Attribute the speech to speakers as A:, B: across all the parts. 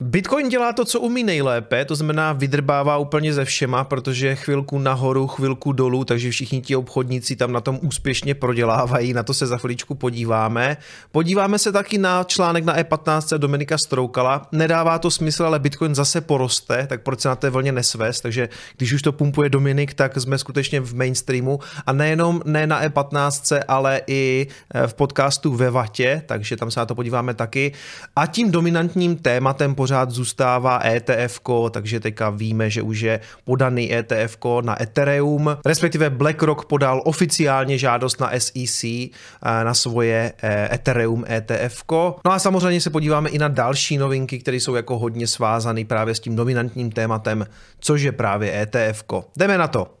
A: Bitcoin dělá to, co umí nejlépe, to znamená vydrbává úplně ze všema, protože chvilku nahoru, chvilku dolů, takže všichni ti obchodníci tam na tom úspěšně prodělávají, na to se za chviličku podíváme. Podíváme se taky na článek na E15 Dominika Stroukala, nedává to smysl, ale Bitcoin zase poroste, tak proč se na té vlně nesvést, takže když už to pumpuje Dominik, tak jsme skutečně v mainstreamu a nejenom ne na E15, ale i v podcastu ve Vatě, takže tam se na to podíváme taky. A tím dominantním tématem pořád zůstává ETF-ko, takže teďka víme, že už je podaný ETF-ko na Ethereum, respektive BlackRock podal oficiálně žádost na SEC na svoje Ethereum ETF-ko. No a samozřejmě se podíváme i na další novinky, které jsou jako hodně svázané právě s tím dominantním tématem, což je právě ETF-ko. Jdeme na to.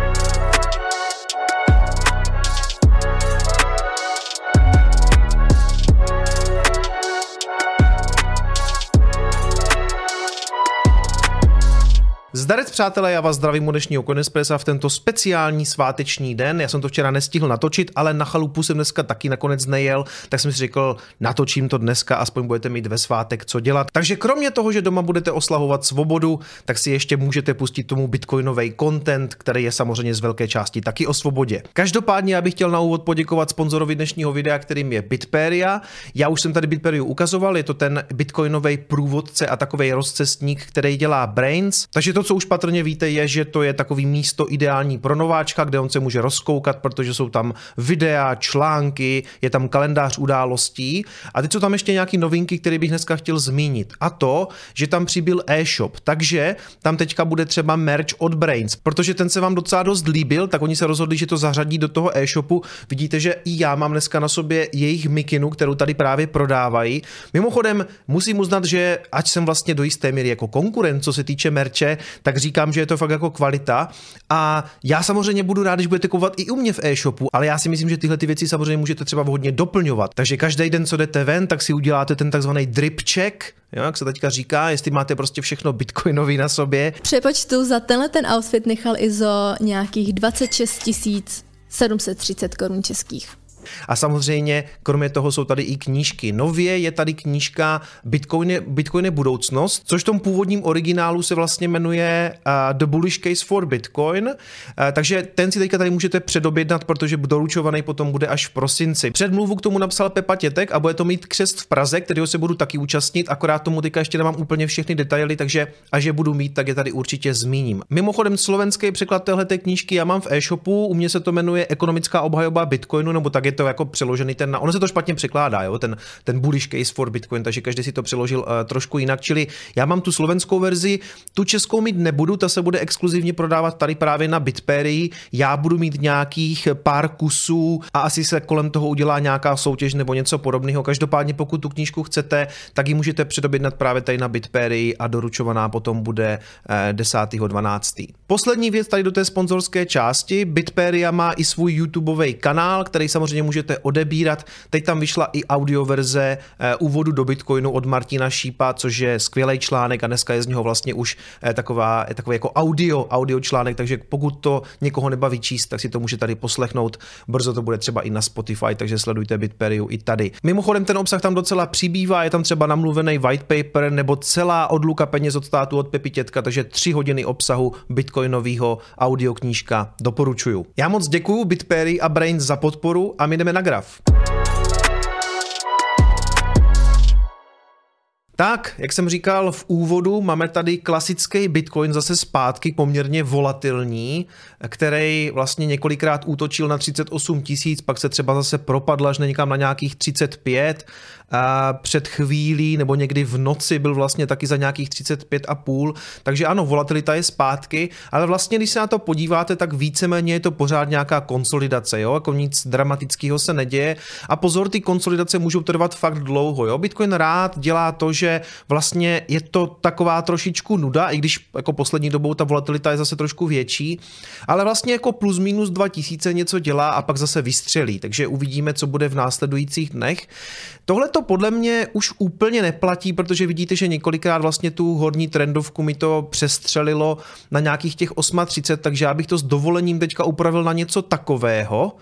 A: Zdarec přátelé, já vás zdravím u dnešního Coinespressa v tento speciální sváteční den. Já jsem to včera nestihl natočit, ale na chalupu jsem dneska taky nakonec nejel, tak jsem si řekl, natočím to dneska, aspoň budete mít ve svátek co dělat. Takže kromě toho, že doma budete oslavovat svobodu, tak si ještě můžete pustit tomu bitcoinový content, který je samozřejmě z velké části taky o svobodě. Každopádně já bych chtěl na úvod poděkovat sponzorovi dnešního videa, kterým je Bitperia. Já už jsem tady Bitperiu ukazoval, je to ten bitcoinový průvodce a takovej rozcestník, který dělá Brains. Takže to, co už patrně víte, je, že to je takový místo ideální pro nováčka, kde on se může rozkoukat, protože jsou tam videa, články, je tam kalendář událostí. A teď jsou tam ještě nějaké novinky, které bych dneska chtěl zmínit. A to, že tam přibyl e-shop, takže tam teďka bude třeba merch od Brains, protože ten se vám docela dost líbil, tak oni se rozhodli, že to zařadí do toho e-shopu. Vidíte, že i já mám dneska na sobě jejich mikinu, kterou tady právě prodávají. Mimochodem, musím uznat, že ať jsem vlastně do jisté míry jako konkurent, co se týče merče, tak říkám, že je to fakt jako kvalita a já samozřejmě budu rád, když budete kupovat i u mě v e-shopu, ale já si myslím, že tyhle ty věci samozřejmě můžete třeba vhodně doplňovat. Takže každý den, co jdete ven, tak si uděláte ten takzvaný drip check, jo, jak se teďka říká, jestli máte prostě všechno bitcoinový na sobě.
B: Přepočtu za tenhle ten outfit nechal Izo nějakých 26 730 korun českých.
A: A samozřejmě, kromě toho jsou tady i knížky. Nově je tady knížka Bitcoin je budoucnost, což v tom původním originálu se vlastně jmenuje The Bullish Case for Bitcoin. Takže ten si teďka tady můžete předobjednat, protože doručovaný potom bude až v prosinci. Předmluvu k tomu napsal Pepa Tětek a bude to mít křest v Praze, kterého se budu taky účastnit, akorát tomu teďka ještě nemám úplně všechny detaily, takže až je budu mít, tak je tady určitě zmíním. Mimochodem slovenský překlad téhleté knížky já mám v e-shopu, u mě se to jmenuje Ekonomická obhajoba Bitcoinu, nebo tak je to jako přeložený ono se to špatně překládá, jo, ten bullish case for Bitcoin, takže každý si to přeložil trošku jinak, čili já mám tu slovenskou verzi, tu českou mít nebudu, ta se bude exkluzivně prodávat tady právě na Bitperii, já budu mít nějakých pár kusů a asi se kolem toho udělá nějaká soutěž nebo něco podobného. Každopádně pokud tu knížku chcete, tak ji můžete předobjednat právě tady na Bitperii a doručovaná potom bude 10.12. Poslední věc tady do té sponzorské části, Bitperia má i svůj YouTubeový kanál, který samozřejmě můžete odebírat. Teď tam vyšla i audioverze úvodu do Bitcoinu od Martina Šípa, což je skvělý článek a dneska je z něho vlastně už takový jako audio článek, takže pokud to někoho nebaví číst, tak si to může tady poslechnout. Brzo to bude třeba i na Spotify, takže sledujte Bitperiu i tady. Mimochodem ten obsah tam docela přibývá, je tam třeba namluvený white paper nebo celá odluka peněz od státu od Pepy Tětka, takže 3 hodiny obsahu bitcoinového audioknížka doporučuju. Já moc děkuju Bitperii a Brains za podporu a my jdeme na graf. Tak, jak jsem říkal v úvodu, máme tady klasický Bitcoin zase zpátky, poměrně volatilní, který vlastně několikrát útočil na 38 000, pak se třeba zase propadl až někam na nějakých 35 a před chvílí nebo někdy v noci byl vlastně taky za nějakých 35,5, takže ano, volatilita je zpátky, ale vlastně když se na to podíváte, tak víceméně je to pořád nějaká konsolidace, jo, jako nic dramatického se neděje a pozor, ty konsolidace můžou trvat fakt dlouho, jo, Bitcoin rád dělá to, že vlastně je to taková trošičku nuda, i když jako poslední dobou ta volatilita je zase trošku větší, ale vlastně jako plus minus 2000 něco dělá a pak zase vystřelí, takže uvidíme, co bude v následujících dnech. Tohle to podle mě už úplně neplatí, protože vidíte, že několikrát vlastně tu horní trendovku mi to přestřelilo na nějakých těch 38, takže já bych to s dovolením teďka upravil na něco takového.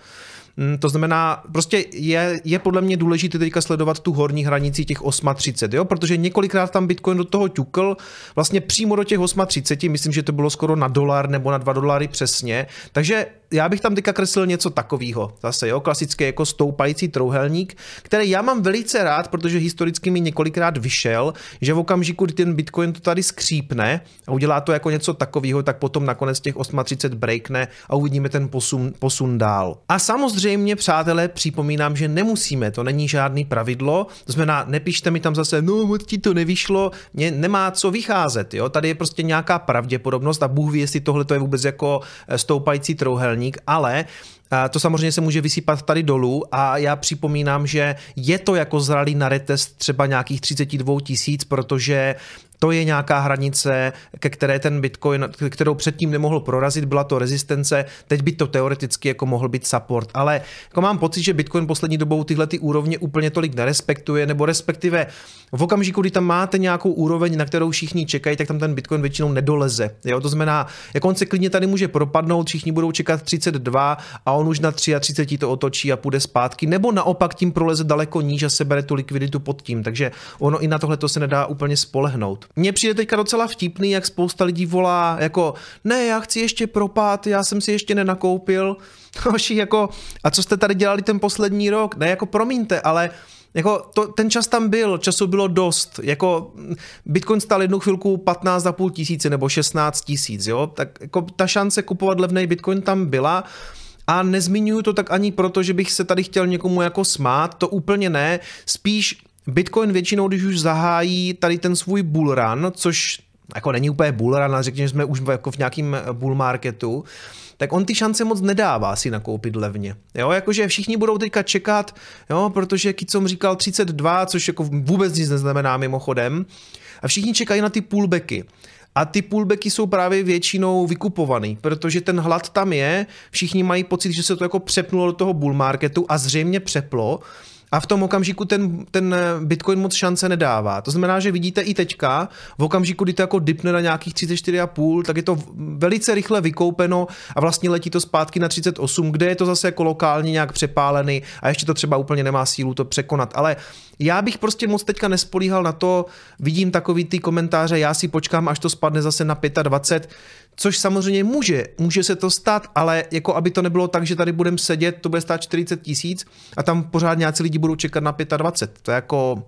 A: To znamená, prostě je podle mě důležité teďka sledovat tu horní hranici těch 8,30, jo, protože několikrát tam Bitcoin do toho ťukl, vlastně přímo do těch 8,30, myslím, že to bylo skoro na $1 nebo na $2 přesně, takže já bych tam teďka kreslil něco takového, zase jo, klasické jako stoupající trouhelník, který já mám velice rád, protože historicky mi několikrát vyšel, že v okamžiku, kdy ten Bitcoin to tady skřípne a udělá to jako něco takového, tak potom nakonec těch 8,30 breakne a uvidíme ten posun dál. A samozřejmě, přátelé, připomínám, že nemusíme, to není žádný pravidlo, to znamená, nepište mi tam zase, no, moc ti to nevyšlo, nemá co vycházet, jo, tady je prostě nějaká pravděpodobnost a Bůh ví, jestli tohle to je vůbec jako stoupající trouhelník, ale to samozřejmě se může vysypat tady dolů a já připomínám, že je to jako zralý na retest třeba nějakých 32 000, protože to je nějaká hranice, ke které ten Bitcoin, kterou předtím nemohl prorazit, byla to rezistence, teď by to teoreticky jako mohl být support, ale jako mám pocit, že Bitcoin poslední dobou tyhle ty úrovně úplně tolik nerespektuje, nebo respektive v okamžiku, kdy tam máte nějakou úroveň, na kterou všichni čekají, tak tam ten Bitcoin většinou nedoleze. Jo? To znamená, jako on se klidně tady může propadnout, všichni budou čekat 32 a on už na 33 to otočí a půjde zpátky, nebo naopak tím proleze daleko níž a sebere tu likviditu pod tím, takže ono i na tohle to se nedá úplně spolehnout. Mně přijde teďka docela vtipný, jak spousta lidí volá jako ne, já chci ještě propad, já jsem si ještě nenakoupil. Jako, a co jste tady dělali ten poslední rok? Ne, jako promiňte, ale jako ten čas tam byl, času bylo dost, jako Bitcoin stál jednu chvilku 15,5 tisíce nebo 16 000, jo, tak jako ta šance kupovat levnej Bitcoin tam byla. A nezmiňuju to tak ani proto, že bych se tady chtěl někomu jako smát, to úplně ne, spíš Bitcoin většinou, když už zahájí tady ten svůj bull run, což jako není úplně bull run, ale řekněme, že jsme už jako v nějakém bull marketu, tak on ty šance moc nedává si nakoupit levně. Jo, jakože všichni budou teďka čekat, jo, protože Kicom říkal 32, což jako vůbec nic neznamená mimochodem, a všichni čekají na ty pullbacky. A ty pullbacky jsou právě většinou vykupovaný, protože ten hlad tam je, všichni mají pocit, že se to jako přepnulo do toho bull marketu a zřejmě přeplo, a v tom okamžiku ten Bitcoin moc šance nedává. To znamená, že vidíte i teďka, v okamžiku, kdy to jako dipne na nějakých 34,5, tak je to velice rychle vykoupeno a vlastně letí to zpátky na 38, kde je to zase jako lokálně nějak přepálený a ještě to třeba úplně nemá sílu to překonat. Ale já bych prostě moc teďka nespolíhal na to, vidím takový ty komentáře, já si počkám, až to spadne zase na 25, což samozřejmě může se to stát, ale jako aby to nebylo tak, že tady budeme sedět, to bude stát 40 000 a tam pořád nějací lidi budou čekat na 25. To je jako...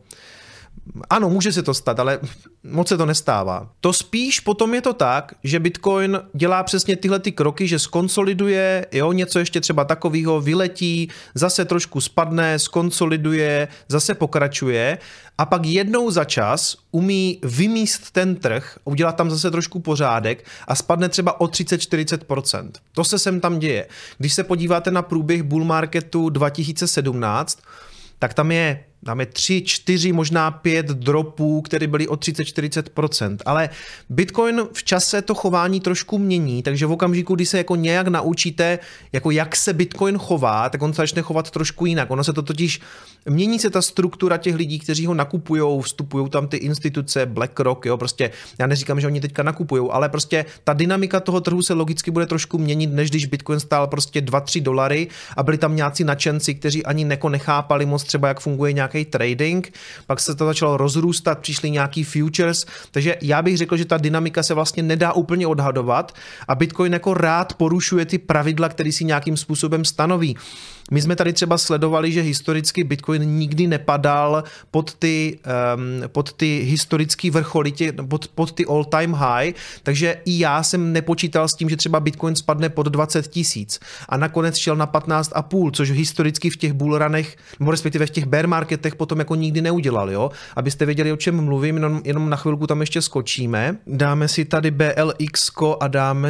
A: Ano, může se to stát, ale moc se to nestává. To spíš potom je to tak, že Bitcoin dělá přesně tyhle ty kroky, že skonsoliduje, jo, něco ještě třeba takového, vyletí, zase trošku spadne, skonsoliduje, zase pokračuje a pak jednou za čas umí vymíst ten trh, udělat tam zase trošku pořádek a spadne třeba o 30-40%. To se sem tam děje. Když se podíváte na průběh bull marketu 2017, tak tam je 3, 4, možná 5 dropů, které byly o 30-40%. Ale Bitcoin v čase to chování trošku mění, takže v okamžiku, kdy se jako nějak naučíte, jako jak se Bitcoin chová, tak on se začne chovat trošku jinak. Ono se to totiž, mění se ta struktura těch lidí, kteří ho nakupujou, vstupují tam ty instituce, BlackRock, jo, prostě já neříkám, že oni teďka nakupujou, ale prostě ta dynamika toho trhu se logicky bude trošku měnit, než když Bitcoin stál prostě $2-3 a byli tam nějací nadšenci, kteří ani nechápali moc třeba, jak funguje nějaký trading, pak se to začalo rozrůstat, přišly nějaký futures, takže já bych řekl, že ta dynamika se vlastně nedá úplně odhadovat a Bitcoin jako rád porušuje ty pravidla, které si nějakým způsobem stanoví. My jsme tady třeba sledovali, že historicky Bitcoin nikdy nepadal pod ty historické vrcholy, pod ty all time high, takže i já jsem nepočítal s tím, že třeba Bitcoin spadne pod 20 000 a nakonec šel na 15,5, což historicky v těch bull runech, nebo respektive v těch bear marketech potom jako nikdy neudělal, jo? Abyste věděli, o čem mluvím, jenom na chvilku tam ještě skočíme. Dáme si tady BLX a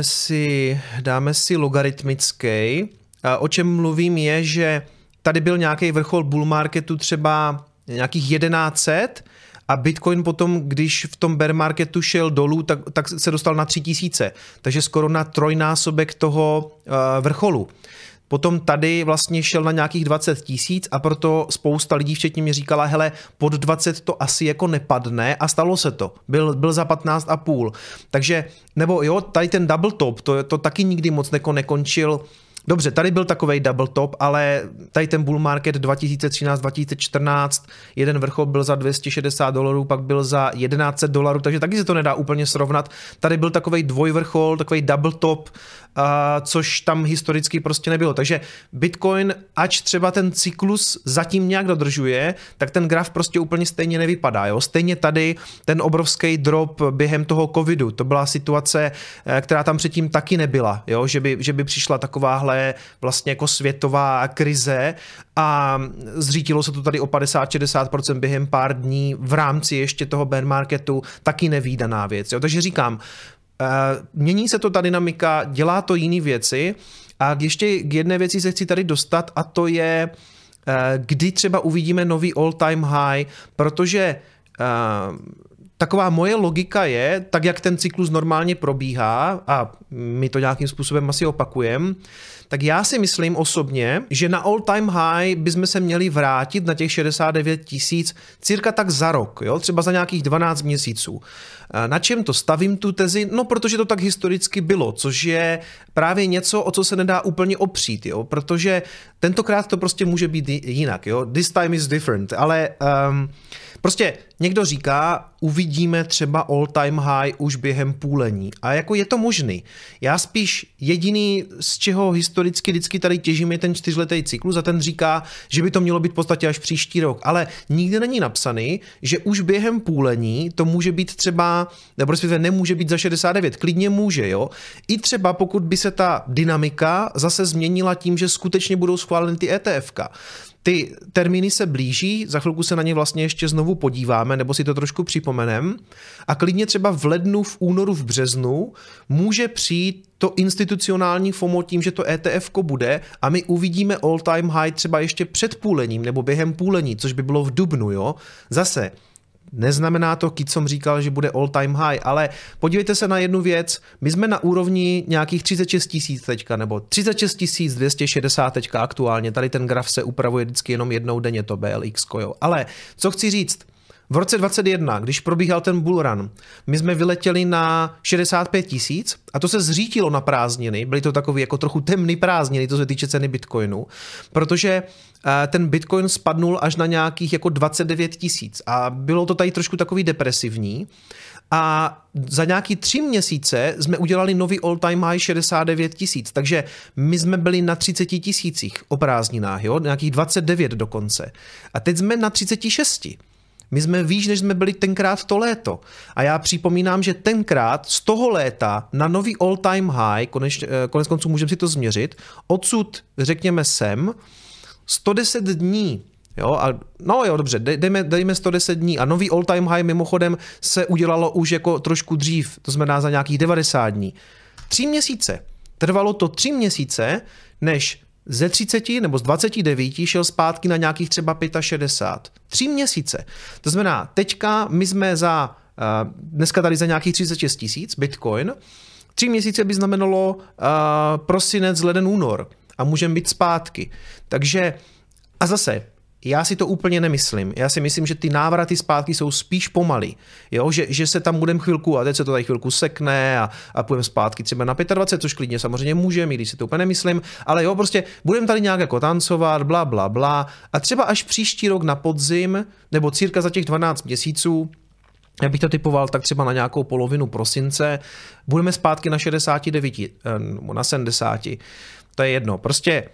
A: dáme si logaritmický. O čem mluvím je, že tady byl nějaký vrchol bull marketu třeba nějakých 1100 a Bitcoin potom, když v tom bear marketu šel dolů, tak se dostal na 3000, takže skoro na trojnásobek toho vrcholu. Potom tady vlastně šel na nějakých 20 000 a proto spousta lidí, včetně mě říkala, hele, pod 20 to asi jako nepadne a stalo se to. Byl za 15,5. Takže, nebo jo, tady ten double top, to taky nikdy moc nekončil Dobře, tady byl takovej double top, ale tady ten bull market 2013-2014, jeden vrchol byl za $260, pak byl za $1100, takže taky se to nedá úplně srovnat. Tady byl takovej dvojvrchol, takovej double top, což tam historicky prostě nebylo. Takže Bitcoin, ač třeba ten cyklus zatím nějak dodržuje, tak ten graf prostě úplně stejně nevypadá. Jo? Stejně tady ten obrovský drop během toho covidu, to byla situace, která tam předtím taky nebyla, jo? Že by přišla takováhle vlastně jako světová krize a zřítilo se to tady o 50-60% během pár dní v rámci ještě toho bear marketu, taky nevídaná věc. Jo? Takže říkám, mění se to ta dynamika, dělá to jiné věci a ještě k jedné věci se chci tady dostat a to je, kdy třeba uvidíme nový all-time high, protože taková moje logika je, tak jak ten cyklus normálně probíhá a my to nějakým způsobem asi opakujeme, tak já si myslím osobně, že na all-time high bychom se měli vrátit na těch 69 000 cirka tak za rok, jo? Třeba za nějakých 12 měsíců. Na čem to stavím tu tezi? No, protože to tak historicky bylo, což je právě něco, o co se nedá úplně opřít, jo? Protože tentokrát to prostě může být jinak, jo? This time is different, ale prostě někdo říká, uvidíme třeba all-time high už během půlení. A jako je to možný. Já spíš jediný, z čeho historicky vždycky tady těžím, je ten 4letý cyklus a ten říká, že by to mělo být v podstatě až příští rok. Ale nikde není napsaný, že už během půlení to může být třeba, nebo respektive nemůže být za 69. Klidně může, jo. I třeba pokud by se ta dynamika zase změnila tím, že skutečně budou schváleny ty ETFka. Ty termíny se blíží, za chvilku se na ně vlastně ještě znovu podíváme, nebo si to trošku připomenem. A klidně třeba v lednu, v únoru, v březnu může přijít to institucionální FOMO tím, že to ETF-ko bude a my uvidíme all-time high třeba ještě před půlením nebo během půlení, což by bylo v dubnu, jo. Zase, neznamená to, Kitsom říkal, že bude all-time high, ale podívejte se na jednu věc, my jsme na úrovni nějakých 36 000 teďka, nebo 36 260 teďka aktuálně, tady ten graf se upravuje vždycky jenom jednou denně, to BLX, jo. Ale co chci říct, v roce 2021, když probíhal ten bullrun, my jsme vyletěli na 65 000 a to se zřítilo na prázdniny, byly to takový jako trochu temný prázdniny, to se týče ceny Bitcoinu, protože ten Bitcoin spadnul až na nějakých jako 29 000 a bylo to tady trošku takový depresivní a za nějaký 3 měsíce jsme udělali nový all-time high 69 000, takže my jsme byli na 30 000 o prázdninách, jo? Nějakých 29 dokonce a teď jsme na 36. My jsme výš, než jsme byli tenkrát to léto. A já připomínám, že tenkrát z toho léta na nový all-time high, konec konců můžeme si to změřit, odsud řekněme sem, 110 dní. Jo, a no jo, dobře, dejme 110 dní a nový all-time high mimochodem se udělalo už jako trošku dřív, to znamená za nějakých 90 dní. 3 měsíce. Trvalo to 3 měsíce, než ze 30 nebo z 29 šel zpátky na nějakých třeba 65. 3 měsíce. To znamená, teďka my jsme dneska tady za nějakých 36 000 Bitcoin, 3 měsíce by znamenalo prosinec, leden, únor a můžeme být zpátky. Takže a zase, já si to úplně nemyslím. Já si myslím, že ty návraty zpátky jsou spíš pomalý. Jo? Že se tam budeme chvilku a teď se to tady chvilku sekne a půjdeme zpátky třeba na 25, což klidně samozřejmě můžeme, i když si to úplně nemyslím, ale jo, prostě budeme tady nějak jako tancovat, bla, bla, bla a třeba až příští rok na podzim, nebo cirka za těch 12 měsíců, já bych to typoval tak třeba na nějakou polovinu prosince, budeme zpátky na 69, na 70. To je jedno. Prostě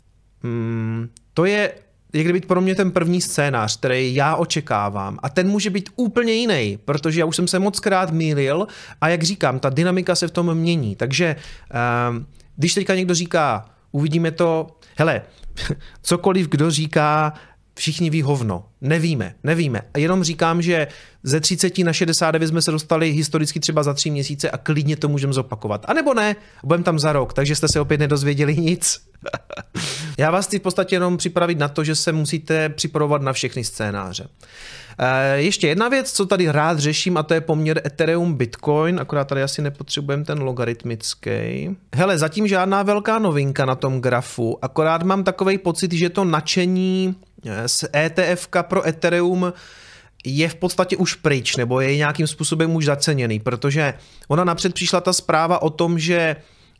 A: to je kdyby pro mě ten první scénář, který já očekávám. A ten může být úplně jiný, protože já už jsem se mockrát mýlil a jak říkám, ta dynamika se v tom mění. Takže když teďka někdo říká, uvidíme to, hele, cokoliv kdo říká, všichni ví hovno. Nevíme. A jenom říkám, že ze 30 na 69 jsme se dostali historicky třeba za 3 měsíce a klidně to můžeme zopakovat. A nebo ne, budeme tam za rok, takže jste se opět nedozvěděli nic. Já vás chci v podstatě jenom připravit na to, že se musíte připravovat na všechny scénáře. Ještě jedna věc, co tady rád řeším, a to je poměr Ethereum Bitcoin, akorát tady asi nepotřebujeme ten logaritmický. Hele, zatím žádná velká novinka na tom grafu, akorát mám takovej pocit, že to nadšení z ETFka pro Ethereum je v podstatě už pryč, nebo je nějakým způsobem už zaceněný, protože ona napřed přišla ta zpráva o tom, že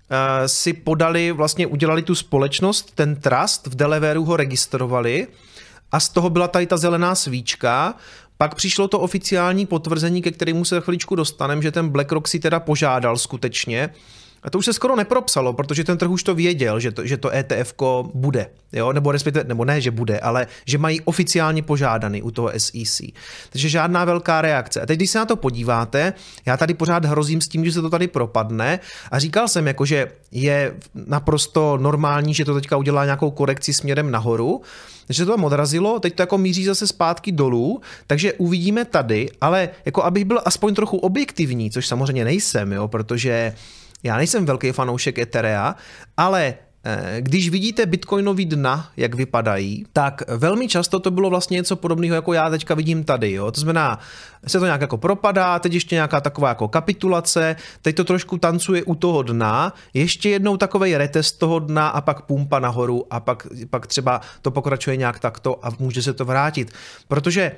A: si podali, vlastně udělali tu společnost, ten trust, v Delawareu ho registrovali a z toho byla tady ta zelená svíčka. Pak přišlo to oficiální potvrzení, ke kterému se chviličku dostaneme, že ten BlackRock si teda požádal skutečně. A to už se skoro nepropsalo, protože ten trh už to věděl, že to ETF-ko bude, jo? Nebo ne, že bude, ale že mají oficiálně požádaný u toho SEC. Takže žádná velká reakce. A teď, když se na to podíváte, já tady pořád hrozím s tím, že se to tady propadne a říkal jsem, jako, že je naprosto normální, že to teďka udělá nějakou korekci směrem nahoru, že to tam odrazilo, teď to jako míří zase zpátky dolů, takže uvidíme tady, ale jako abych byl aspoň trochu objektivní, což samozřejmě nejsem, jo, protože já nejsem velký fanoušek Etherea, ale když vidíte bitcoinový dna, jak vypadají, tak velmi často to bylo vlastně něco podobného, jako já teďka vidím tady. Jo? To znamená, se to nějak jako propadá, teď ještě nějaká taková jako kapitulace, teď to trošku tancuje u toho dna, ještě jednou takovej retest toho dna a pak pumpa nahoru a pak třeba to pokračuje nějak takto a může se to vrátit. Protože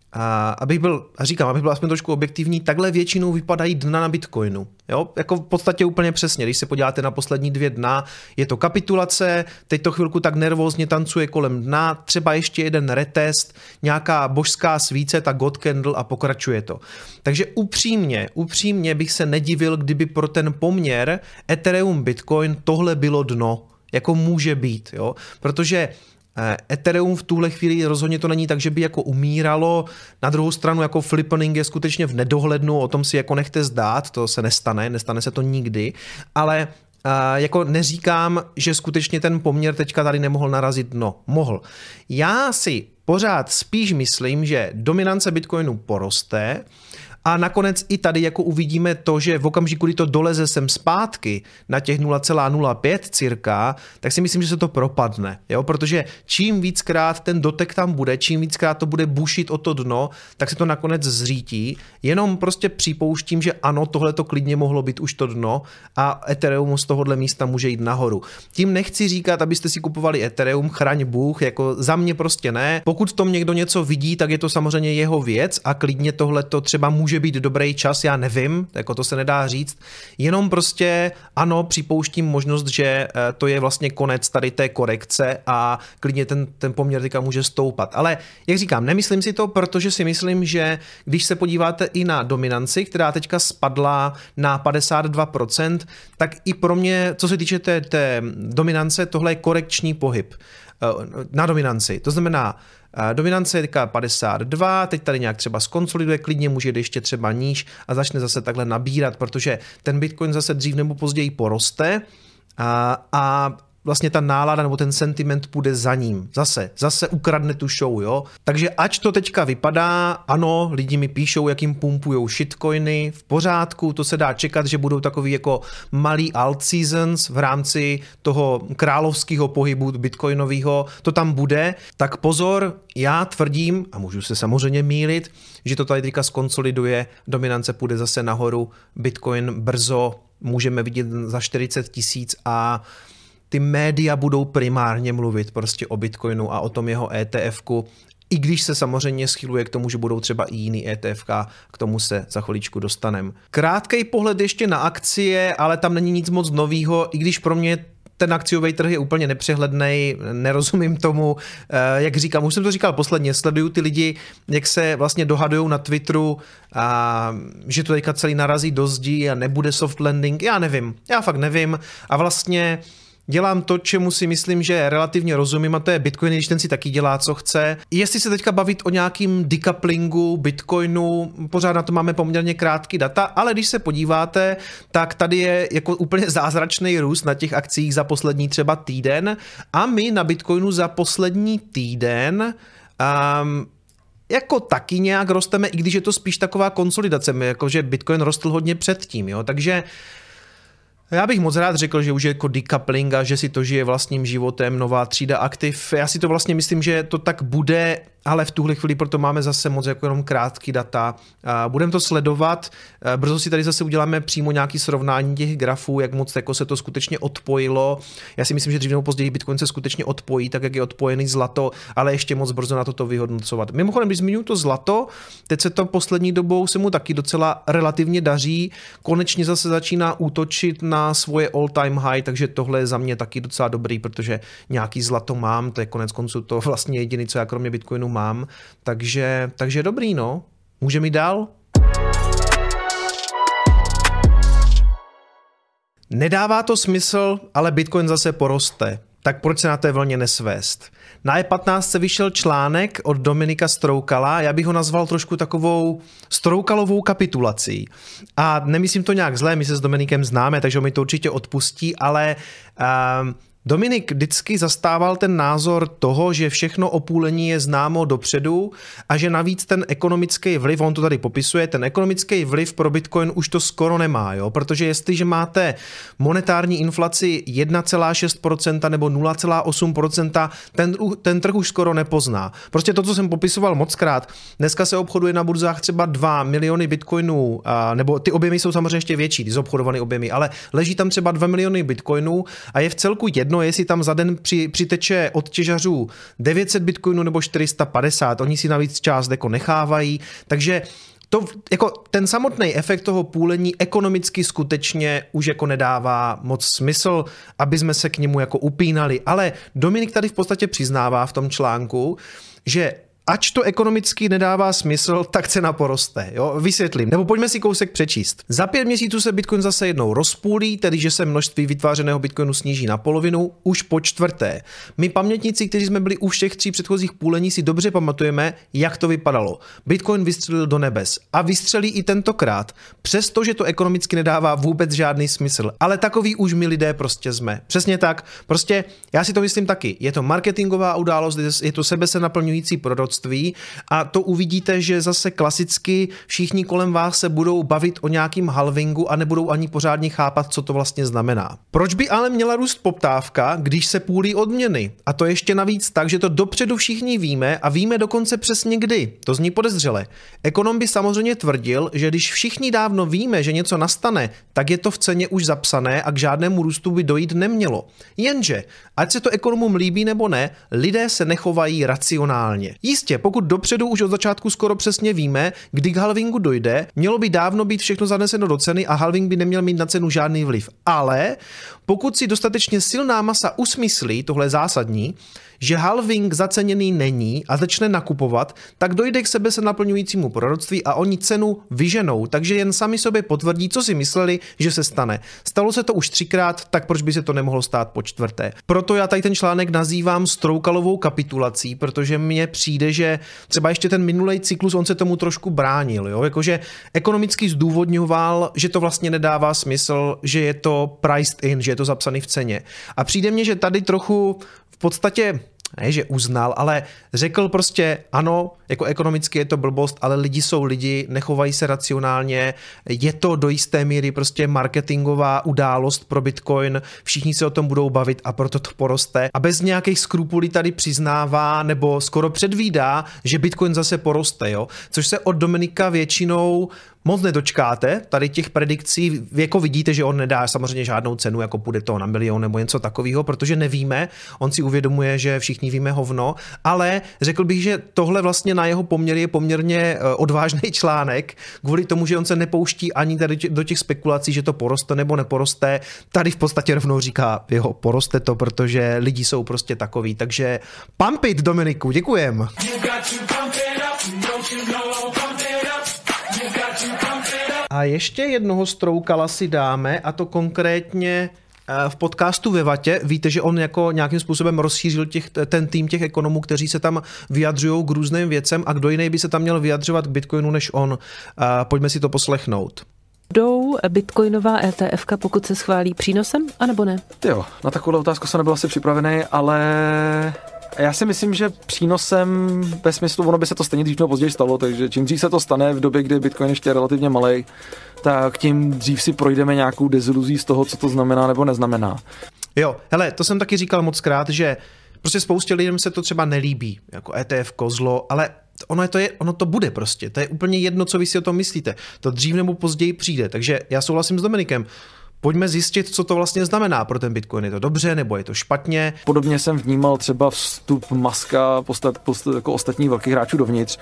A: abych byl aspoň trošku objektivní, takhle většinou vypadají dna na Bitcoinu. Jo? Jako v podstatě úplně přesně, když se podíváte na poslední 2 dna, je to kapitulace, teď to chvilku tak nervózně tancuje kolem dna, třeba ještě jeden retest, nějaká božská svíce, ta God Candle a pokračuje to. Takže upřímně bych se nedivil, kdyby pro ten poměr Ethereum Bitcoin tohle bylo dno, jako může být, jo? Protože Ethereum v tuhle chvíli rozhodně to není tak, že by jako umíralo. Na druhou stranu jako flippening je skutečně v nedohlednu, o tom si jako nechte zdát, to se nestane se to nikdy, ale jako neříkám, že skutečně ten poměr teďka tady nemohl narazit dno. Mohl. Já si pořád spíš myslím, že dominance Bitcoinu poroste, a nakonec i tady jako uvidíme to, že v okamžiku, kdy to doleze sem zpátky na těch 0,05 cirka, tak si myslím, že se to propadne. Jo? Protože čím víckrát ten dotek tam bude, čím víckrát to bude bušit o to dno, tak se to nakonec zřítí. Jenom prostě připouštím, že ano, tohle to klidně mohlo být už to dno a Ethereum z tohohle místa může jít nahoru. Tím nechci říkat, abyste si kupovali Ethereum, chraň Bůh, jako za mě prostě ne. Pokud v tom někdo něco vidí, tak je to samozřejmě jeho věc a klidně tohle to třeba může být dobrý čas, já nevím, jako to se nedá říct, jenom prostě ano, připouštím možnost, že to je vlastně konec tady té korekce a klidně ten poměr teďka může stoupat. Ale jak říkám, nemyslím si to, protože si myslím, že když se podíváte i na dominanci, která teďka spadla na 52%, tak i pro mě, co se týče té dominance, tohle je korekční pohyb na dominanci. To znamená, dominance je teďka 52, teď tady nějak třeba skonsoliduje, klidně může jít ještě třeba níž a začne zase takhle nabírat, protože ten Bitcoin zase dřív nebo později poroste a vlastně ta nálada nebo ten sentiment půjde za ním. Zase ukradne tu show, jo. Takže ať to teďka vypadá, ano, lidi mi píšou, jak jim pumpujou shitcoiny, v pořádku, to se dá čekat, že budou takový jako malý alt seasons v rámci toho královského pohybu bitcoinového, to tam bude, tak pozor, já tvrdím, a můžu se samozřejmě mýlit, že to tady teďka skonsoliduje, dominance půjde zase nahoru, Bitcoin brzo můžeme vidět za 40 000 a ty média budou primárně mluvit prostě o Bitcoinu a o tom jeho ETF-ku, i když se samozřejmě schyluje k tomu, že budou třeba i jiný ETF-ka, k tomu se za chviličku dostaneme. Krátkej pohled ještě na akcie, ale tam není nic moc novýho, i když pro mě ten akciový trh je úplně nepřehlednej, nerozumím tomu, jak říkám, už jsem to říkal posledně, sleduju ty lidi, jak se vlastně dohadujou na Twitteru, že to teďka celý narazí do zdi a nebude soft landing, já fakt nevím a vlastně dělám to, čemu si myslím, že relativně rozumím a to je Bitcoin, když ten si taky dělá, co chce. Jestli se teďka bavit o nějakým decouplingu Bitcoinu, pořád na to máme poměrně krátký data, ale když se podíváte, tak tady je jako úplně zázračný růst na těch akcích za poslední třeba týden a my na Bitcoinu za poslední týden jako taky nějak rosteme, i když je to spíš taková konsolidace, jakože Bitcoin rostl hodně předtím, jo, takže já bych moc rád řekl, že už je jako decoupling a že si to žije vlastním životem, nová třída aktiv. Já si to vlastně myslím, že to tak bude, ale v tuhle chvíli proto máme zase moc jako jenom krátký data. Budeme to sledovat, brzo si tady zase uděláme přímo nějaký srovnání těch grafů, jak moc jako se to skutečně odpojilo. Já si myslím, že dřív nebo později Bitcoin se skutečně odpojí, tak jak je odpojený zlato, ale ještě moc brzo na to vyhodnocovat. Mimochodem, když zmiňuji to zlato, teď se to poslední dobou se mu taky docela relativně daří, konečně zase začíná útočit na na svoje all-time high, takže tohle je za mě taky docela dobrý, protože nějaký zlato mám, to je konec konců to vlastně jediné, co já kromě Bitcoinu mám, takže dobrý, no. Můžeme jít dál? Nedává to smysl, ale Bitcoin zase poroste. Tak proč se na té vlně nesvést? Na E15 vyšel článek od Dominika Stroukala, já bych ho nazval trošku takovou Stroukalovou kapitulací. A nemyslím to nějak zlé, my se s Dominikem známe, takže mi to určitě odpustí, ale Dominik vždycky zastával ten názor toho, že všechno o půlení je známo dopředu a že navíc ten ekonomický vliv, on to tady popisuje, ten ekonomický vliv pro Bitcoin už to skoro nemá, jo? Protože jestliže máte monetární inflaci 1,6% nebo 0,8%, ten trh už skoro nepozná. Prostě to, co jsem popisoval mockrát, dneska se obchoduje na burzách třeba 2 miliony bitcoinů, nebo ty objemy jsou samozřejmě ještě větší, ty zobchodované objemy, ale leží tam třeba 2 miliony bitcoinů a je v celku jedno, jestli tam za den přiteče od těžařů 900 bitcoinů nebo 450, oni si navíc část jako nechávají, takže to, jako ten samotný efekt toho půlení ekonomicky skutečně už jako nedává moc smysl, aby jsme se k němu jako upínali, ale Dominik tady v podstatě přiznává v tom článku, že ač to ekonomicky nedává smysl, tak cena poroste. Jo? Vysvětlím. Nebo pojďme si kousek přečíst. Za 5 měsíců se Bitcoin zase jednou rozpůlí, tedy že se množství vytvářeného Bitcoinu sníží na polovinu, už po čtvrté. My pamětníci, kteří jsme byli u všech 3 předchozích půlení, si dobře pamatujeme, jak to vypadalo. Bitcoin vystřelil do nebes a vystřelí i tentokrát, přestože to ekonomicky nedává vůbec žádný smysl. Ale takový už my lidé prostě jsme. Přesně tak. Prostě já si to myslím taky. Je to marketingová událost, je to sebe se naplňující proroctví a to uvidíte, že zase klasicky všichni kolem vás se budou bavit o nějakým halvingu a nebudou ani pořádně chápat, co to vlastně znamená. Proč by ale měla růst poptávka, když se půlí odměny? A to ještě navíc tak, že to dopředu všichni víme a víme dokonce přesně kdy. To zní podezřele. Ekonom by samozřejmě tvrdil, že když všichni dávno víme, že něco nastane, tak je to v ceně už zapsané a k žádnému růstu by dojít nemělo. Jenže, ať se to ekonomům líbí nebo ne, lidé se nechovají racionálně. Jistě, pokud dopředu už od začátku skoro přesně víme, kdy k halvingu dojde, mělo by dávno být všechno zaneseno do ceny a halving by neměl mít na cenu žádný vliv. Ale pokud si dostatečně silná masa usmyslí, tohle je zásadní, že halving zaceněný není a začne nakupovat, tak dojde k sebe se naplňujícímu proroctví a oni cenu vyženou, takže jen sami sobě potvrdí, co si mysleli, že se stane. Stalo se to už 3krát, tak proč by se to nemohlo stát po 4. Proto já tady ten článek nazývám Stroukalovou kapitulací, protože mně přijde, že třeba ještě ten minulý cyklus, on se tomu trošku bránil, jo? Jakože ekonomicky zdůvodňoval, že to vlastně nedává smysl, že je to priced in, že je to zapsaný v ceně. A přijde mně, že tady trochu v podstatě ne, že uznal, ale řekl prostě ano, jako ekonomicky je to blbost, ale lidi jsou lidi, nechovají se racionálně, je to do jisté míry prostě marketingová událost pro Bitcoin, všichni se o tom budou bavit a proto to poroste. A bez nějakých skrupulí tady přiznává nebo skoro předvídá, že Bitcoin zase poroste, jo? Což se od Dominika většinou moc nedočkáte, tady těch predikcí, jako vidíte, že on nedá samozřejmě žádnou cenu, jako půjde to na milion nebo něco takového, protože nevíme, on si uvědomuje, že všichni víme hovno, ale řekl bych, že tohle vlastně na jeho poměr je poměrně odvážný článek, kvůli tomu, že on se nepouští ani tady do těch spekulací, že to poroste nebo neporoste, tady v podstatě rovnou říká, jo, poroste to, protože lidi jsou prostě takový, takže pump it, Dominiku, děkujem. A ještě jednoho Stroukala si dáme, a to konkrétně v podcastu ve Vatě. Víte, že on jako nějakým způsobem rozšířil ten tým těch ekonomů, kteří se tam vyjadřují k různým věcem, a kdo jiný by se tam měl vyjadřovat k Bitcoinu než on. Pojďme si to poslechnout.
C: Budou bitcoinová ETF-ka, pokud se schválí, přínosem, anebo ne?
D: Jo, na takovou otázku jsem nebyl asi připravený, ale já si myslím, že přínosem ve smyslu, ono by se to stejně dřív nebo později stalo, takže čím dřív se to stane v době, kdy Bitcoin ještě je relativně malej, tak tím dřív si projdeme nějakou deziluzí z toho, co to znamená nebo neznamená.
A: Jo, hele, to jsem taky říkal mockrát, že prostě spoustě lidem se to třeba nelíbí, jako ETF, kozlo, ale ono to bude prostě, to je úplně jedno, co vy si o tom myslíte. To dřív nebo později přijde, takže já souhlasím s Dominikem. Pojďme zjistit, co to vlastně znamená pro ten Bitcoin. Je to dobře, nebo je to špatně?
D: Podobně jsem vnímal třeba vstup Muska jako ostatních velkých hráčů dovnitř,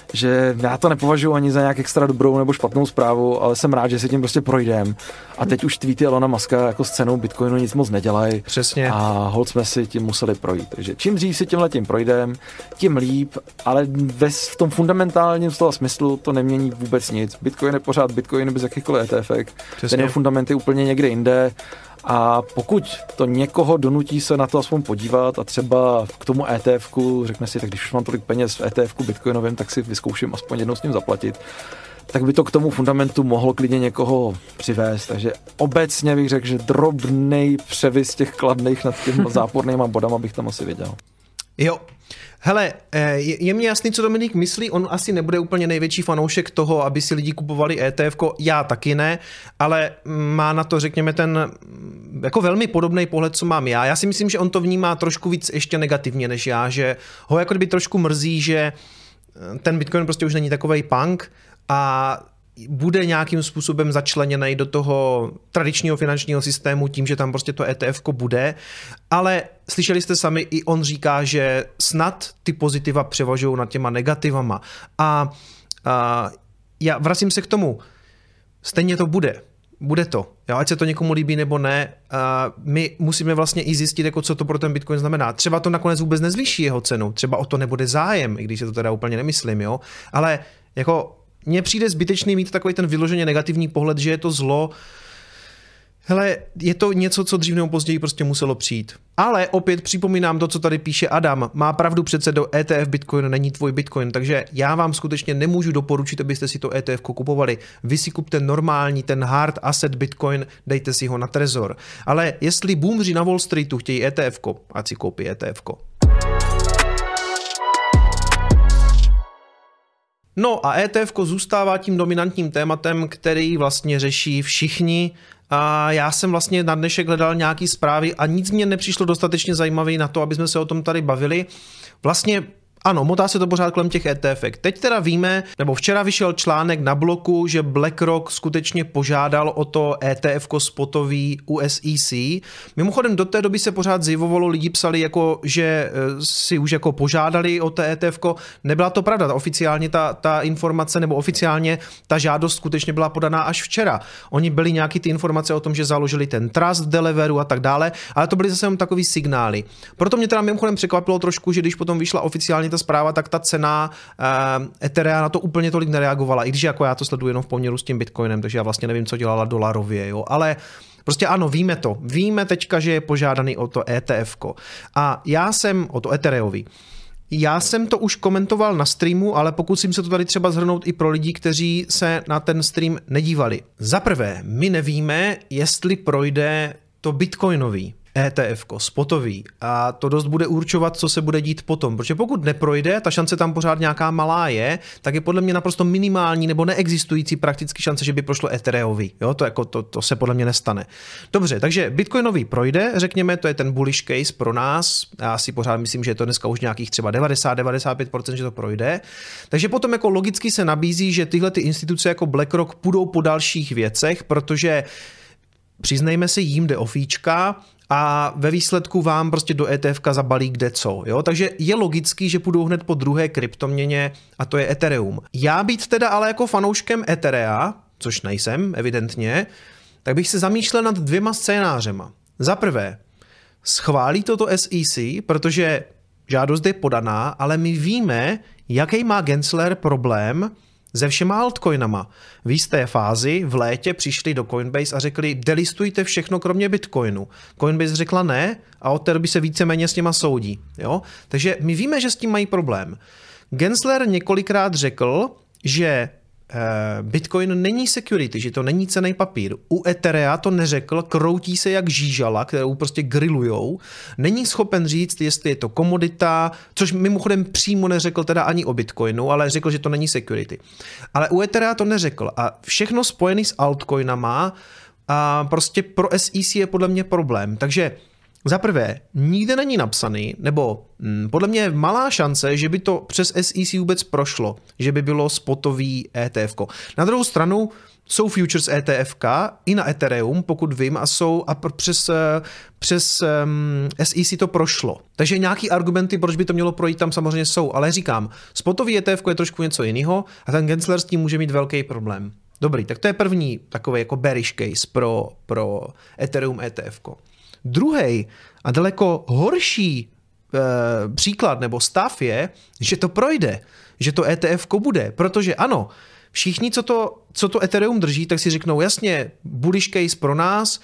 D: že já to nepovažuji ani za nějak extra dobrou nebo špatnou zprávu, ale jsem rád, že se tím prostě projdem. A teď už tweety Elona Muska jako s cenou Bitcoinu nic moc nedělají.
A: Přesně.
D: A holt jsme si tím museli projít. Takže čím dřív si tímhletím projdem, tím líp, ale v tom fundamentálním slova smyslu to nemění vůbec nic. Bitcoin je pořád Bitcoin bez jakýchkoliv ETFek. Ten jeho fundament je úplně někde jinde. A pokud to někoho donutí se na to aspoň podívat a třeba k tomu ETFku řekne si, tak když už mám tolik peněz v ETFku bitcoinovém, tak si vyzkouším aspoň jednou s ním zaplatit, tak by to k tomu fundamentu mohlo klidně někoho přivést. Takže obecně bych řekl, že drobnej převis těch kladných nad těmi zápornýma bodama bych tam asi viděl.
A: Jo. Hele, je mně jasný, co Dominik myslí, on asi nebude úplně největší fanoušek toho, aby si lidi kupovali ETF-ko, já taky ne, ale má na to, řekněme, ten jako velmi podobný pohled, co mám já. Já si myslím, že on to vnímá trošku víc ještě negativně než já, že ho jako kdyby trošku mrzí, že ten Bitcoin prostě už není takovej punk a bude nějakým způsobem začleněný do toho tradičního finančního systému tím, že tam prostě to ETF-ko bude, ale slyšeli jste sami, i on říká, že snad ty pozitiva převažují nad těma negativama. A já vracím se k tomu, stejně to bude. Bude to. Jo, ať se to někomu líbí nebo ne, my musíme vlastně i zjistit, jako co to pro ten Bitcoin znamená. Třeba to nakonec vůbec nezvýší jeho cenu, třeba o to nebude zájem, i když se to teda úplně nemyslím, jo, ale jako mně přijde zbytečný mít takový ten vyloženě negativní pohled, že je to zlo. Hele, je to něco, co dřív nebo později prostě muselo přijít. Ale opět připomínám to, co tady píše Adam. Má pravdu přece, do ETF Bitcoin není tvůj Bitcoin, takže já vám skutečně nemůžu doporučit, abyste si to ETF kupovali. Vy si kupte normální, ten hard asset Bitcoin, dejte si ho na trezor. Ale jestli boomři na Wall Streetu chtějí ETF, ať si koupí ETF. No a ETF zůstává tím dominantním tématem, který vlastně řeší všichni. A já jsem vlastně na dnešek hledal nějaký zprávy a nic mě nepřišlo dostatečně zajímavý na to, aby jsme se o tom tady bavili. Vlastně ano, motá se to pořád kolem těch ETFek. Teď teda víme, nebo včera vyšel článek na bloku, že BlackRock skutečně požádal o to ETF spotový u SEC. Mimochodem do té doby se pořád zjevovalo, lidi psali, jako, že si už jako požádali o to ETF. Nebyla to pravda, oficiálně ta informace, nebo oficiálně ta žádost skutečně byla podaná až včera. Oni byli nějaký ty informace o tom, že založili ten trust v Delawareu a tak dále, ale to byly zase jenom takový signály. Proto mě teda mimochodem překvapilo trošku, že když potom vyšla oficiálně ta zpráva, tak ta cena Etherea na to úplně tolik nereagovala, i když jako já to sleduji jenom v poměru s tím Bitcoinem, takže já vlastně nevím, co dělala dolarově, jo, ale prostě ano, víme to. Víme teďka, že je požádaný o to ETF-ko. A já jsem o to Ethereový. Já jsem to už komentoval na streamu, ale pokusím se to tady třeba shrnout i pro lidi, kteří se na ten stream nedívali. Za prvé, my nevíme, jestli projde to Bitcoinový ETF-ko, spotový, a to dost bude určovat, co se bude dít potom, protože pokud neprojde, ta šance tam pořád nějaká malá je, tak je podle mě naprosto minimální nebo neexistující prakticky šance, že by prošlo Ethereový. Jo, to se podle mě nestane. Dobře, takže Bitcoinový projde, řekněme, to je ten bullish case pro nás. Já si pořád myslím, že je to dneska už nějakých třeba 90-95%, že to projde. Takže potom jako logicky se nabízí, že tyhle ty instituce jako BlackRock půjdou po dalších věcech, protože přiznejme si, jim jde o fíčka a ve výsledku vám prostě do ETF-ka zabalí kde co. Jo? Takže je logický, že půjdou hned po druhé kryptoměně a to je Ethereum. Já být teda ale jako fanouškem Etherea, což nejsem evidentně, tak bych se zamýšlel nad dvěma scénářema. Za prvé, schválí toto SEC, protože žádost je podaná, ale my víme, jaký má Gensler problém se všema altcoinama. V jisté fázi v létě přišli do Coinbase a řekli, delistujte všechno kromě Bitcoinu. Coinbase řekla ne a od té doby se víceméně s těma soudí. Jo? Takže my víme, že s tím mají problém. Gensler několikrát řekl, že Bitcoin není security, že to není cenný papír. U Etherea to neřekl, kroutí se jak žížala, kterou prostě grillujou. Není schopen říct, jestli je to komodita, což mimochodem přímo neřekl teda ani o Bitcoinu, ale řekl, že to není security. Ale u Etherea to neřekl a všechno spojené s altcoinama a prostě pro SEC je podle mě problém. Takže za prvé, nikde není napsaný, nebo podle mě je malá šance, že by to přes SEC vůbec prošlo, že by bylo spotový ETF. Na druhou stranu, jsou futures ETFK i na Ethereum, pokud vím, a přes SEC to prošlo. Takže nějaký argumenty, proč by to mělo projít, tam samozřejmě jsou, ale říkám, spotový ETF je trošku něco jiného a ten Gensler s tím může mít velký problém. Dobrý, tak to je první takový jako bearish case pro Ethereum ETF. Druhý a daleko horší příklad nebo stav je, že to projde, že to ETF bude, protože ano, všichni, co to Ethereum drží, tak si řeknou, jasně, bullish case pro nás,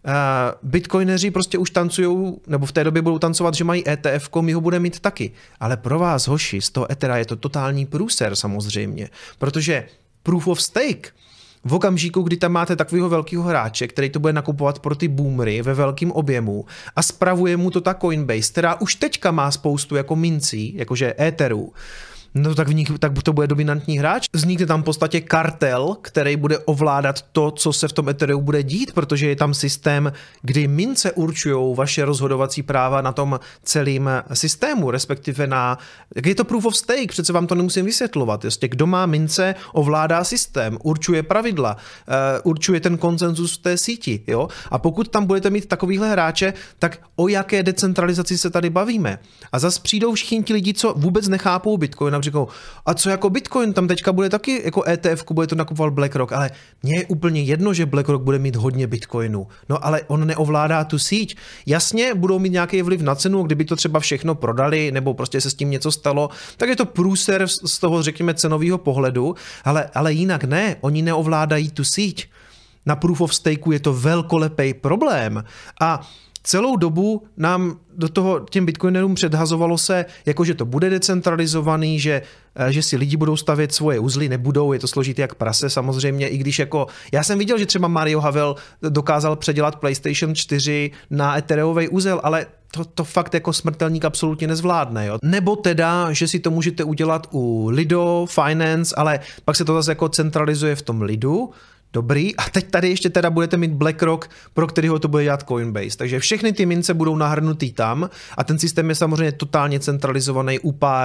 A: bitcoineři prostě už tancujou, nebo v té době budou tancovat, že mají ETF, my ho budeme mít taky. Ale pro vás, hoši, z toho Ethera je to totální průser samozřejmě, protože proof of stake v okamžiku, kdy tam máte takového velkého hráče, který to bude nakupovat pro ty boomery ve velkém objemu a spravuje mu to ta Coinbase, která už teďka má spoustu jako mincí, jakože Etheru, no tak to bude dominantní hráč. Vznikne tam v podstatě kartel, který bude ovládat to, co se v tom Ethereum bude dít, protože je tam systém, kdy mince určují vaše rozhodovací práva na tom celém systému, respektive je to proof of stake, přece vám to nemusím vysvětlovat. Prostě kdo má mince, ovládá systém, určuje pravidla, určuje ten konsenzus v té síti. Jo? A pokud tam budete mít takovýhle hráče, tak o jaké decentralizaci se tady bavíme? A zas přijdou všichni ti lidi, co vůbec nechápou Bitcoin, říkou, a co jako Bitcoin, tam teďka bude taky jako ETF, bude to nakupoval BlackRock, ale mně je úplně jedno, že BlackRock bude mít hodně Bitcoinů. No ale on neovládá tu síť. Jasně, budou mít nějaký vliv na cenu, kdyby to třeba všechno prodali, nebo prostě se s tím něco stalo, tak je to průser z toho, řekněme, cenového pohledu, ale jinak ne, oni neovládají tu síť. Na proof of stakeu je to velkolepý problém. A celou dobu nám do toho těm bitcoinerům předhazovalo se, jako že to bude decentralizovaný, že si lidi budou stavět svoje uzly, nebudou, je to složitý jak prase samozřejmě, i když jako, já jsem viděl, že třeba Mario Havel dokázal předělat PlayStation 4 na Ethereový uzel, ale to fakt jako smrtelník absolutně nezvládne. Jo? Nebo teda, že si to můžete udělat u Lido, Finance, ale pak se to zase jako centralizuje v tom Lidu. Dobrý, a teď tady ještě teda budete mít BlackRock, pro kterého to bude dělat Coinbase. Takže všechny ty mince budou nahrnutý tam a ten systém je samozřejmě totálně centralizovaný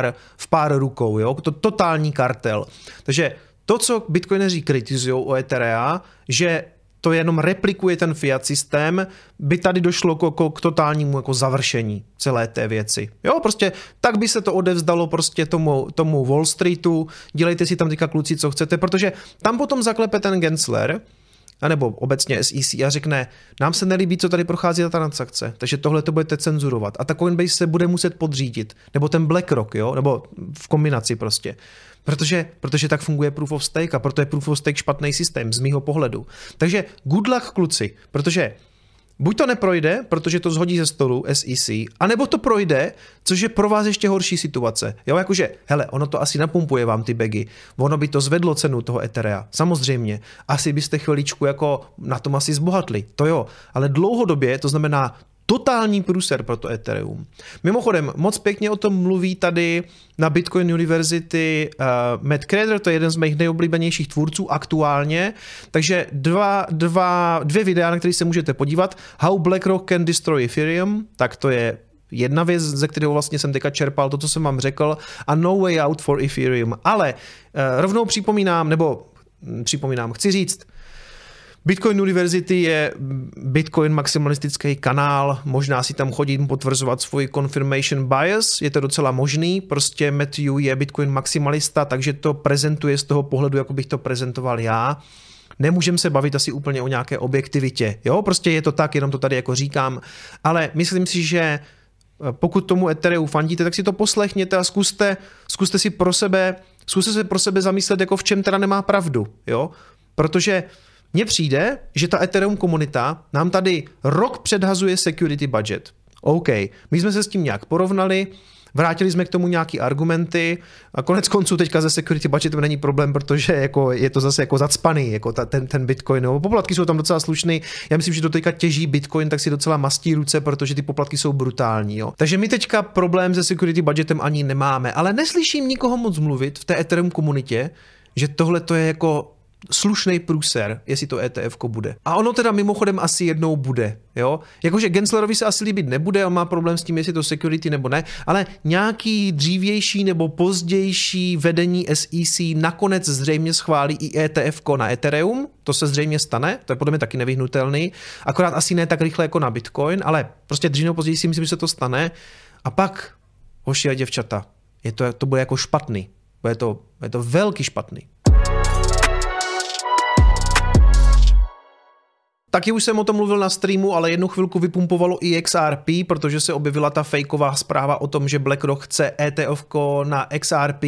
A: v pár rukou, jo? To totální kartel. Takže to, co bitcoineři kritizují o Etherea, že to jenom replikuje ten fiat systém, by tady došlo k totálnímu jako završení celé té věci. Jo, prostě tak by se to odevzdalo prostě tomu Wall Streetu, dělejte si tam teďka kluci, co chcete, protože tam potom zaklepe ten Gensler, anebo obecně SEC a řekne, nám se nelíbí, co tady prochází ta transakce, takže tohle to budete cenzurovat a ta Coinbase se bude muset podřídit, nebo ten BlackRock, jo, nebo v kombinaci prostě. Protože tak funguje proof of stake a proto je proof of stake špatný systém z mýho pohledu. Takže good luck, kluci, protože buď to neprojde, protože to zhodí ze stolu SEC, anebo to projde, což je pro vás ještě horší situace. Jo, jakože, hele, ono to asi napumpuje vám ty bagy, ono by to zvedlo cenu toho Etherea, samozřejmě, asi byste chviličku jako na tom asi zbohatli, to jo, ale dlouhodobě to znamená totální průser pro to Ethereum. Mimochodem, moc pěkně o tom mluví tady na Bitcoin University Matt Crader, to je jeden z mých nejoblíbenějších tvůrců aktuálně, takže dvě videa, na které se můžete podívat. How BlackRock can destroy Ethereum, tak to je jedna věc, ze kterého vlastně jsem teďka čerpal to, co jsem vám řekl, a No Way Out for Ethereum. Ale rovnou chci říct, Bitcoin University je Bitcoin maximalistický kanál, možná si tam chodím potvrzovat svůj confirmation bias, je to docela možný, prostě Matthew je Bitcoin maximalista, takže to prezentuje z toho pohledu, jako bych to prezentoval já. Nemůžeme se bavit asi úplně o nějaké objektivitě, jo, prostě je to tak, jenom to tady jako říkám, ale myslím si, že pokud tomu Ethereu fandíte, tak si to poslechněte a zkuste se pro sebe zamyslet, jako v čem teda nemá pravdu, jo, protože mně přijde, že ta Ethereum komunita nám tady rok předhazuje security budget. OK, my jsme se s tím nějak porovnali, vrátili jsme k tomu nějaký argumenty a konec konců teďka ze security budgetem není problém, protože jako je to zase jako zacpaný, jako ten Bitcoin. No, poplatky jsou tam docela slušný. Já myslím, že do teďka těží Bitcoin, tak si docela mastí ruce, protože ty poplatky jsou brutální. Jo. Takže my teďka problém se security budgetem ani nemáme, ale neslyším nikoho moc mluvit v té Ethereum komunitě, že tohle to je jako slušný průser, jestli to ETF-ko bude. A ono teda mimochodem asi jednou bude, jo. Jakože Genslerovi se asi líbit nebude, on má problém s tím, jestli to security nebo ne, ale nějaký dřívější nebo pozdější vedení SEC nakonec zřejmě schválí i ETF-ko na Ethereum, to se zřejmě stane, to je podle mě taky nevyhnutelný, akorát asi ne tak rychle jako na Bitcoin, ale prostě dřív nebo později si myslím, že se to stane. A pak, hoši a děvčata, to bude jako špatný, bude to velký špatný. Taky už jsem o tom mluvil na streamu, ale jednu chvilku vypumpovalo i XRP, protože se objevila ta fejková zpráva o tom, že BlackRock chce ETF-ko na XRP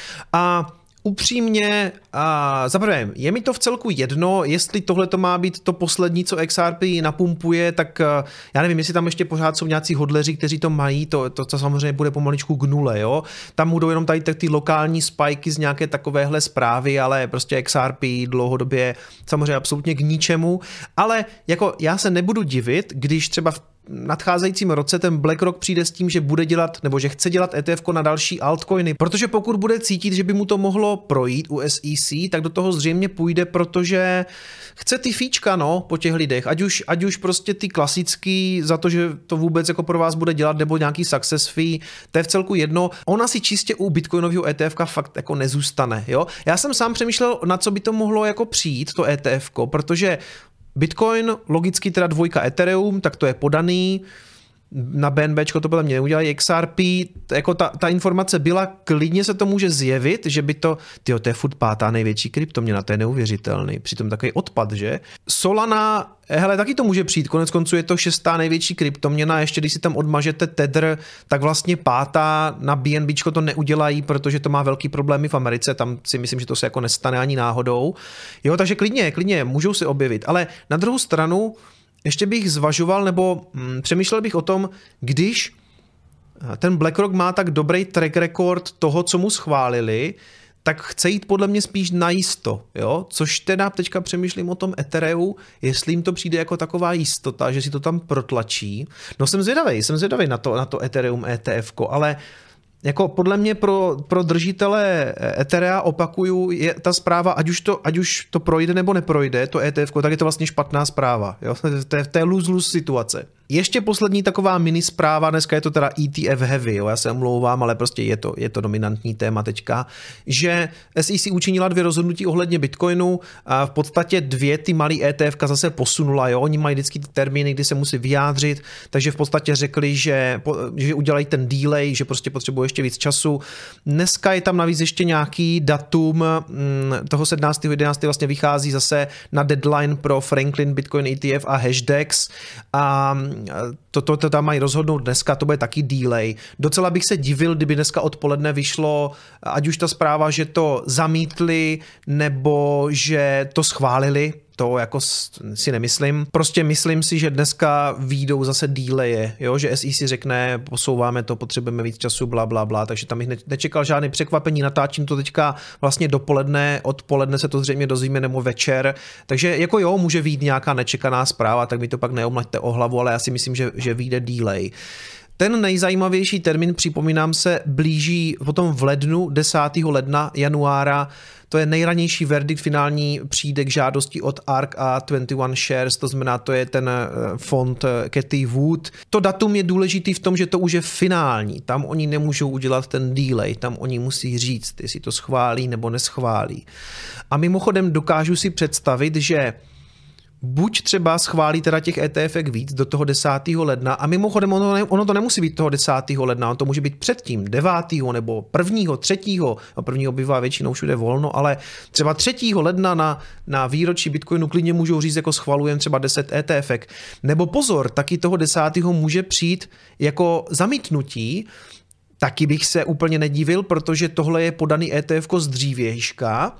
A: a upřímně, zaprvé, je mi to v celku jedno, jestli tohle to má být to poslední, co XRP napumpuje, tak já nevím, jestli tam ještě pořád jsou nějací hodleři, kteří to mají, to samozřejmě bude pomaličku k nule, jo. Tam budou jenom tady ty lokální spajky z nějaké takovéhle zprávy, ale prostě XRP dlouhodobě samozřejmě absolutně k ničemu, ale jako já se nebudu divit, když třeba v nadcházejícím roce ten BlackRock přijde s tím, že bude dělat, nebo že chce dělat ETF na další altcoiny, protože pokud bude cítit, že by mu to mohlo projít u SEC, tak do toho zřejmě půjde, protože chce ty fíčka, po těch lidech, ať už prostě ty klasický za to, že to vůbec jako pro vás bude dělat, nebo nějaký success fee, to je v celku jedno. Ona si čistě u bitcoinového ETFka fakt jako nezůstane, jo. Já jsem sám přemýšlel, na co by to mohlo jako přijít, to ETFko, protože Bitcoin, logicky teda 2 Ethereum, tak to je podaný, na BNBčko to podle mě neudělají, XRP, jako ta informace byla, klidně se to může zjevit, že by to je furt 5. největší kryptoměna, to je neuvěřitelný, přitom takový odpad, že? Solana, hele, taky to může přijít, konec konců je to 6. největší kryptoměna, ještě když si tam odmažete Tether, tak vlastně 5. na BNBčko to neudělají, protože to má velký problémy v Americe, tam si myslím, že to se jako nestane ani náhodou. Jo, takže klidně, můžou se objevit, ale na druhou stranu ještě bych zvažoval, nebo přemýšlel bych o tom, když ten BlackRock má tak dobrý track record toho, co mu schválili, tak chce jít podle mě spíš najisto, jo? Což teda teďka přemýšlím o tom Ethereu, jestli jim to přijde jako taková jistota, že si to tam protlačí. No jsem zvědavý na to Ethereum ETF-ko, ale jako podle mě pro držitele Etherea, opakuju, je ta zpráva, ať už to projde nebo neprojde, to ETF, tak je to vlastně špatná zpráva. Jo? To je lose-lose situace. Ještě poslední taková mini zpráva, dneska je to teda ETF heavy, jo? Já se omlouvám, ale prostě je to dominantní téma teďka, že SEC učinila 2 rozhodnutí ohledně Bitcoinu a v podstatě 2 ty malý ETF zase posunula, jo? Oni mají vždycky ty termíny, kdy se musí vyjádřit, takže v podstatě řekli, že udělají ten delay, že prostě potřebuje ještě víc času. Dneska je tam navíc ještě nějaký datum, toho 17.11. vlastně vychází zase na deadline pro Franklin Bitcoin ETF a Hashdex a to tam mají rozhodnout dneska, to bude taky delay. Docela bych se divil, kdyby dneska odpoledne vyšlo, ať už ta zpráva, že to zamítli, nebo že to schválili, to jako si nemyslím. Prostě myslím si, že dneska výjdou zase delaye, jo, že SEC řekne, posouváme to, potřebujeme víc času, bla, bla, bla, takže tam bych nečekal žádný překvapení, natáčím to teďka vlastně dopoledne, odpoledne se to zřejmě dozvíme nebo večer, takže jako jo, může vyjít nějaká nečekaná zpráva, tak mi to pak neomlaďte o hlavu, ale já si myslím, že vyjde delay. Ten nejzajímavější termín, připomínám se, blíží potom v lednu, 10. ledna, januára, to je nejranější verdikt, finální přijde k žádosti od ARK a 21 Shares, to znamená, to je ten fond Cathie Wood. To datum je důležitý v tom, že to už je finální, tam oni nemůžou udělat ten delay, tam oni musí říct, jestli to schválí nebo neschválí. A mimochodem dokážu si představit, že buď třeba schválí teda těch ETFek víc do toho 10. ledna a mimochodem ono to nemusí být toho 10. ledna, ono to může být předtím, 9. nebo 1. 3. A 1. bývá většinou všude volno, ale třeba 3. ledna na výročí Bitcoinu klidně můžou říct, jako schvalujeme třeba 10 ETFek. Nebo pozor, taky toho 10. může přijít jako zamítnutí, taky bych se úplně nedivil, protože tohle je podaný ETF z dřívějška,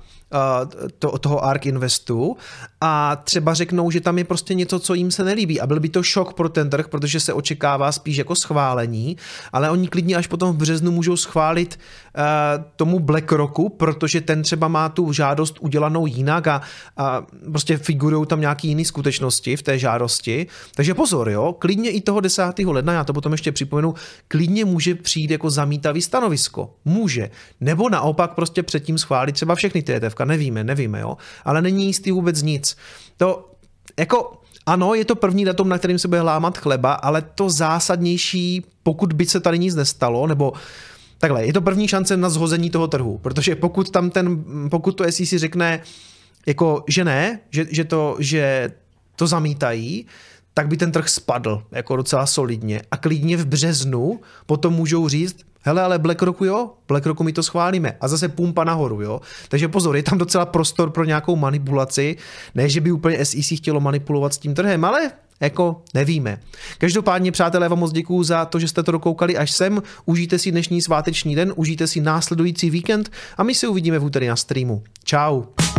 A: toho ARK Investu a třeba řeknou, že tam je prostě něco, co jim se nelíbí a byl by to šok pro ten trh, protože se očekává spíš jako schválení, ale oni klidně až potom v březnu můžou schválit tomu BlackRocku, protože ten třeba má tu žádost udělanou jinak a prostě figurují tam nějaký jiný skutečnosti v té žádosti, takže pozor, jo, klidně i toho 10. ledna, já to potom ještě připomenu, klidně může přijít jako zamítavý stanovisko, může, nebo naopak prostě předtím schválit třeba všechny ty ETF data, nevíme, jo. Ale není jistý vůbec nic. To, jako, ano, je to první datum, na kterým se bude lámat chleba, ale to zásadnější, pokud by se tady nic nestalo, nebo takhle, je to první šance na zhození toho trhu, protože pokud to SEC řekne, jako, že ne, že to zamítají, tak by ten trh spadl jako docela solidně a klidně v březnu potom můžou říct, hele, ale BlackRocku my to schválíme a zase pumpa nahoru, jo. Takže pozor, je tam docela prostor pro nějakou manipulaci, ne, že by úplně SEC chtělo manipulovat s tím trhem, ale jako nevíme. Každopádně, přátelé, vám moc děkuju za to, že jste to dokoukali až sem, užijte si dnešní sváteční den, užijte si následující víkend a my se uvidíme v úterý na streamu. Čau.